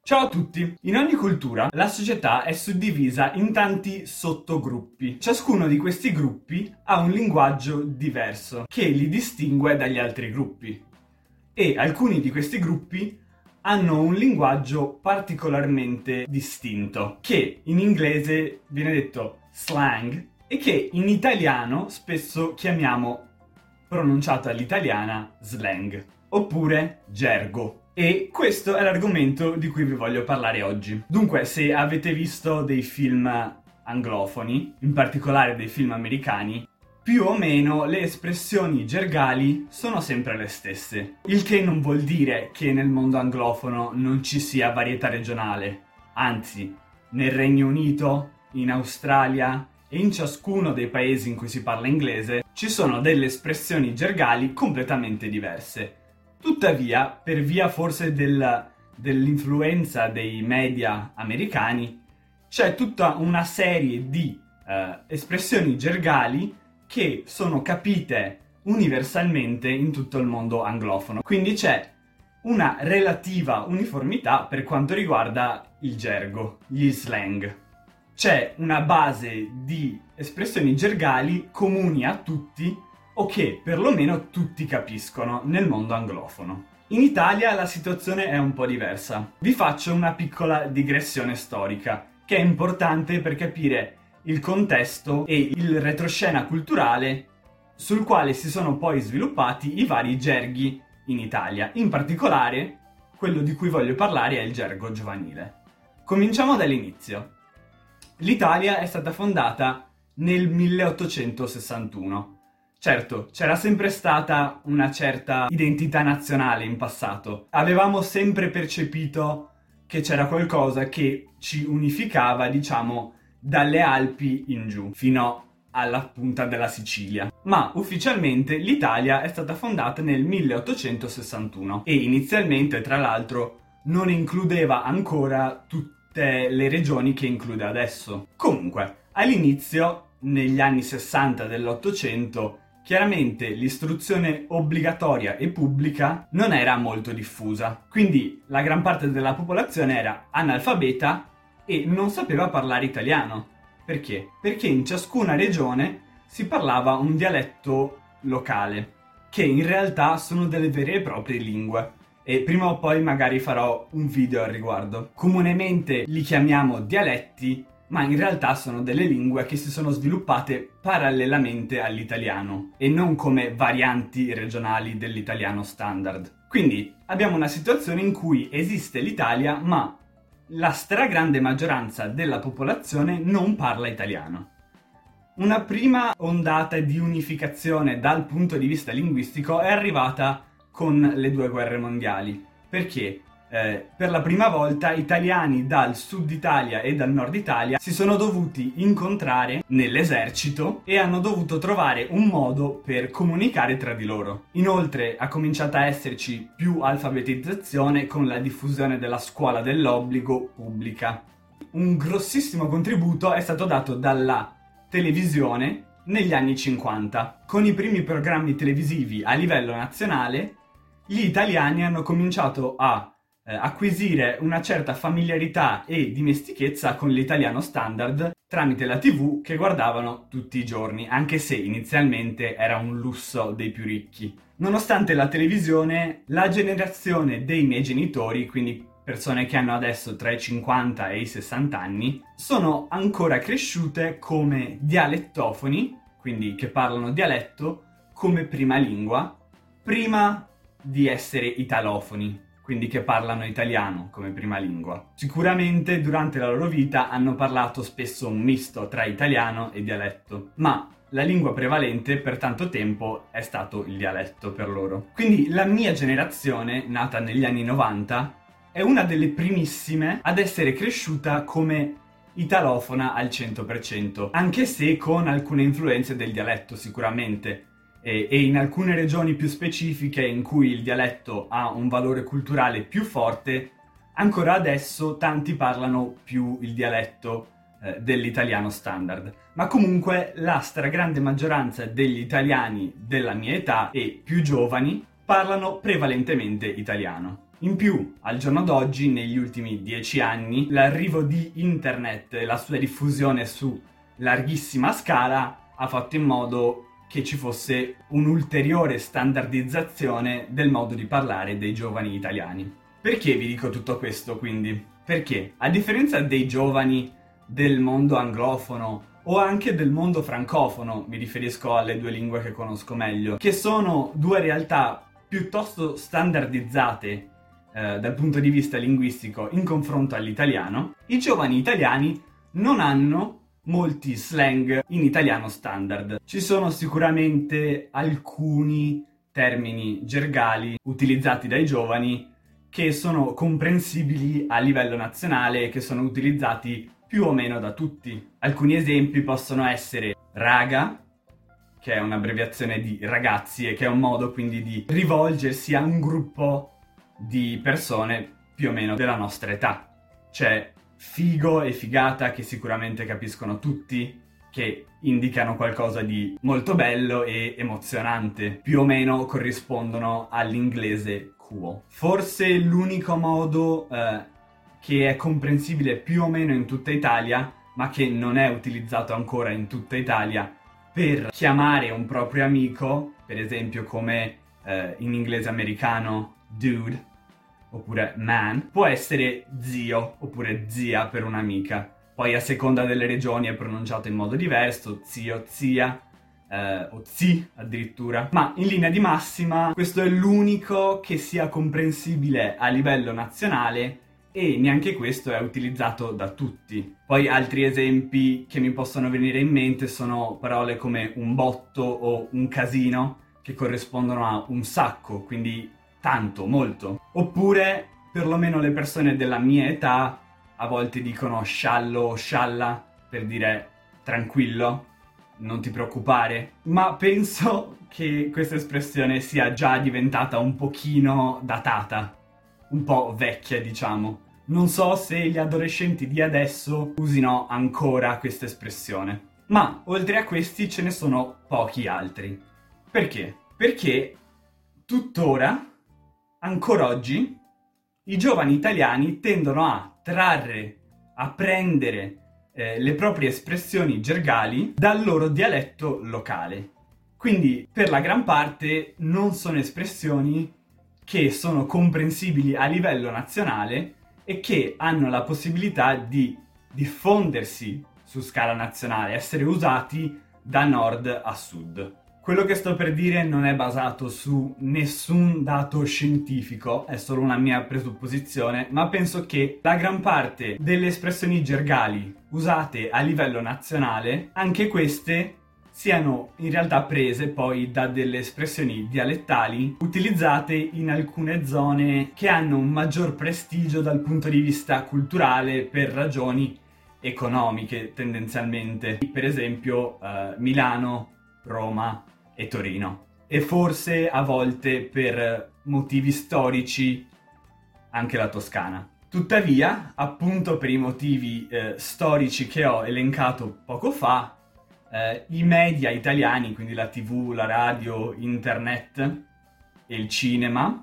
Ciao a tutti! In ogni cultura la società è suddivisa in tanti sottogruppi. Ciascuno di questi gruppi ha un linguaggio diverso che li distingue dagli altri gruppi. E alcuni di questi gruppi hanno un linguaggio particolarmente distinto, che in inglese viene detto slang e che in italiano spesso chiamiamo, pronunciato all'italiana, slang, oppure gergo. E questo è l'argomento di cui vi voglio parlare oggi. Dunque, se avete visto dei film anglofoni, in particolare dei film americani, più o meno le espressioni gergali sono sempre le stesse. Il che non vuol dire che nel mondo anglofono non ci sia varietà regionale. Anzi, nel Regno Unito, in Australia e in ciascuno dei paesi in cui si parla inglese ci sono delle espressioni gergali completamente diverse. Tuttavia, per via forse dell'influenza dei media americani, c'è tutta una serie di espressioni gergali che sono capite universalmente in tutto il mondo anglofono. Quindi c'è una relativa uniformità per quanto riguarda il gergo, gli slang. C'è una base di espressioni gergali comuni a tutti o che perlomeno tutti capiscono nel mondo anglofono. In Italia la situazione è un po' diversa. Vi faccio una piccola digressione storica, che è importante per capire il contesto e il retroscena culturale sul quale si sono poi sviluppati i vari gerghi in Italia. In particolare, quello di cui voglio parlare è il gergo giovanile. Cominciamo dall'inizio. L'Italia è stata fondata nel 1861. Certo, c'era sempre stata una certa identità nazionale in passato. Avevamo sempre percepito che c'era qualcosa che ci unificava, diciamo, dalle Alpi in giù, fino alla punta della Sicilia. Ma ufficialmente l'Italia è stata fondata nel 1861 e inizialmente, tra l'altro, non includeva ancora tutte le regioni che include adesso. Comunque, all'inizio, negli anni 60 dell'Ottocento, chiaramente l'istruzione obbligatoria e pubblica non era molto diffusa, quindi la gran parte della popolazione era analfabeta e non sapeva parlare italiano. Perché? Perché in ciascuna regione si parlava un dialetto locale, che in realtà sono delle vere e proprie lingue. E prima o poi magari farò un video al riguardo. Comunemente li chiamiamo dialetti, ma in realtà sono delle lingue che si sono sviluppate parallelamente all'italiano e non come varianti regionali dell'italiano standard. Quindi abbiamo una situazione in cui esiste l'Italia, ma la stragrande maggioranza della popolazione non parla italiano. Una prima ondata di unificazione dal punto di vista linguistico è arrivata con le due guerre mondiali. Perché? Per la prima volta italiani dal sud Italia e dal nord Italia si sono dovuti incontrare nell'esercito e hanno dovuto trovare un modo per comunicare tra di loro. Inoltre ha cominciato a esserci più alfabetizzazione con la diffusione della scuola dell'obbligo pubblica. Un grossissimo contributo è stato dato dalla televisione negli anni 50. Con i primi programmi televisivi a livello nazionale, gli italiani hanno cominciato a acquisire una certa familiarità e dimestichezza con l'italiano standard tramite la TV che guardavano tutti i giorni, anche se inizialmente era un lusso dei più ricchi. Nonostante la televisione, la generazione dei miei genitori, quindi persone che hanno adesso tra i 50 e i 60 anni, sono ancora cresciute come dialettofoni, quindi che parlano dialetto, come prima lingua, prima di essere italofoni, quindi che parlano italiano come prima lingua. Sicuramente durante la loro vita hanno parlato spesso un misto tra italiano e dialetto, ma la lingua prevalente per tanto tempo è stato il dialetto per loro. Quindi la mia generazione, nata negli anni 90, è una delle primissime ad essere cresciuta come italofona al 100%, anche se con alcune influenze del dialetto sicuramente. E in alcune regioni più specifiche in cui il dialetto ha un valore culturale più forte, ancora adesso tanti parlano più il dialetto dell'italiano standard. Ma comunque la stragrande maggioranza degli italiani della mia età e più giovani parlano prevalentemente italiano. In più, al giorno d'oggi, negli ultimi 10 anni, l'arrivo di internet e la sua diffusione su larghissima scala ha fatto in modo che ci fosse un'ulteriore standardizzazione del modo di parlare dei giovani italiani. Perché vi dico tutto questo, quindi? Perché, a differenza dei giovani del mondo anglofono o anche del mondo francofono, mi riferisco alle due lingue che conosco meglio, che sono due realtà piuttosto standardizzate dal punto di vista linguistico in confronto all'italiano, i giovani italiani non hanno molti slang in italiano standard. Ci sono sicuramente alcuni termini gergali utilizzati dai giovani che sono comprensibili a livello nazionale e che sono utilizzati più o meno da tutti. Alcuni esempi possono essere raga, che è un'abbreviazione di ragazzi e che è un modo quindi di rivolgersi a un gruppo di persone più o meno della nostra età. C'è figo e figata, che sicuramente capiscono tutti, che indicano qualcosa di molto bello e emozionante, più o meno corrispondono all'inglese cool. Forse l'unico modo che è comprensibile più o meno in tutta Italia, ma che non è utilizzato ancora in tutta Italia, per chiamare un proprio amico, per esempio come in inglese americano dude, oppure man, può essere zio oppure zia per un'amica. Poi a seconda delle regioni è pronunciato in modo diverso, zio, zia, o zi addirittura. Ma in linea di massima questo è l'unico che sia comprensibile a livello nazionale e neanche questo è utilizzato da tutti. Poi altri esempi che mi possono venire in mente sono parole come un botto o un casino, che corrispondono a un sacco, quindi tanto, molto. Oppure, perlomeno le persone della mia età, a volte dicono sciallo o scialla per dire tranquillo, non ti preoccupare. Ma penso che questa espressione sia già diventata un pochino datata, un po' vecchia, diciamo. Non so se gli adolescenti di adesso usino ancora questa espressione. Ma, oltre a questi, ce ne sono pochi altri. Perché? Perché tuttora, ancora oggi, i giovani italiani tendono a trarre, a prendere le proprie espressioni gergali dal loro dialetto locale. Quindi, per la gran parte, non sono espressioni che sono comprensibili a livello nazionale e che hanno la possibilità di diffondersi su scala nazionale, essere usati da nord a sud. Quello che sto per dire non è basato su nessun dato scientifico, è solo una mia presupposizione, ma penso che la gran parte delle espressioni gergali usate a livello nazionale, anche queste siano in realtà prese poi da delle espressioni dialettali utilizzate in alcune zone che hanno un maggior prestigio dal punto di vista culturale per ragioni economiche tendenzialmente. Per esempio Milano, Roma e Torino. E forse a volte per motivi storici anche la Toscana. Tuttavia, appunto per i motivi storici che ho elencato poco fa, i media italiani, quindi la TV, la radio, internet e il cinema,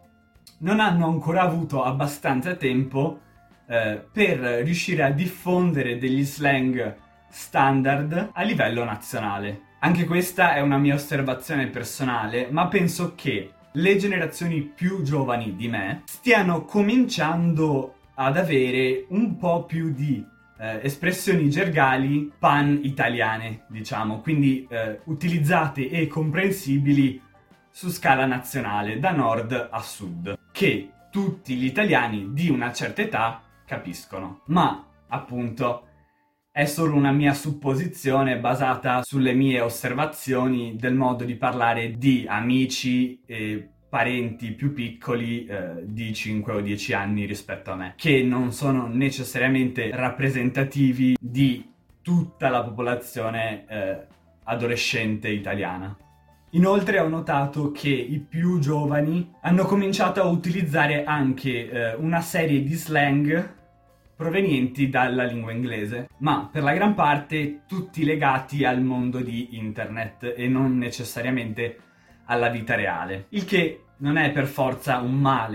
non hanno ancora avuto abbastanza tempo per riuscire a diffondere degli slang standard a livello nazionale. Anche questa è una mia osservazione personale, ma penso che le generazioni più giovani di me stiano cominciando ad avere un po' più di espressioni gergali pan-italiane, diciamo, quindi utilizzate e comprensibili su scala nazionale, da nord a sud, che tutti gli italiani di una certa età capiscono. Ma, appunto, è solo una mia supposizione basata sulle mie osservazioni del modo di parlare di amici e parenti più piccoli di 5 o 10 anni rispetto a me, che non sono necessariamente rappresentativi di tutta la popolazione adolescente italiana. Inoltre ho notato che i più giovani hanno cominciato a utilizzare anche una serie di slang provenienti dalla lingua inglese, ma per la gran parte tutti legati al mondo di internet e non necessariamente alla vita reale. Il che non è per forza un male,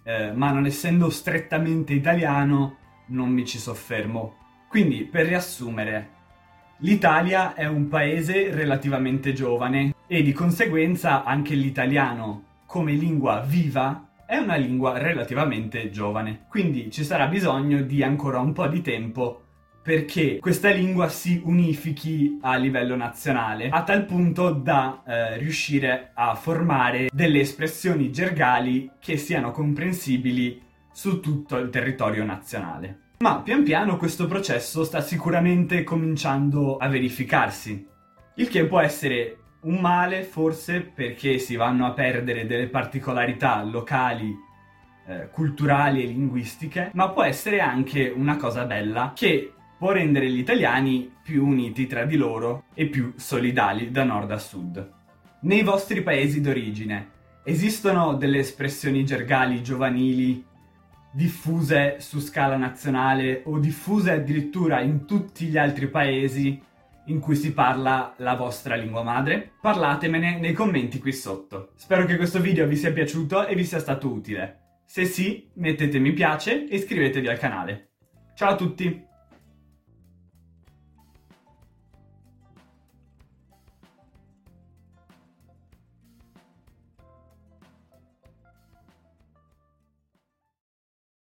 ma non essendo strettamente italiano non mi ci soffermo. Quindi, per riassumere, l'Italia è un paese relativamente giovane e di conseguenza anche l'italiano come lingua viva è una lingua relativamente giovane. Quindi ci sarà bisogno di ancora un po' di tempo perché questa lingua si unifichi a livello nazionale, a tal punto da riuscire a formare delle espressioni gergali che siano comprensibili su tutto il territorio nazionale. Ma pian piano questo processo sta sicuramente cominciando a verificarsi, il che può essere un male forse perché si vanno a perdere delle particolarità locali, culturali e linguistiche, ma può essere anche una cosa bella che può rendere gli italiani più uniti tra di loro e più solidali da nord a sud. Nei vostri paesi d'origine esistono delle espressioni gergali giovanili diffuse su scala nazionale o diffuse addirittura in tutti gli altri paesi in cui si parla la vostra lingua madre? Parlatemene nei commenti qui sotto. Spero che questo video vi sia piaciuto e vi sia stato utile. Se sì, mettete mi piace e iscrivetevi al canale. Ciao a tutti!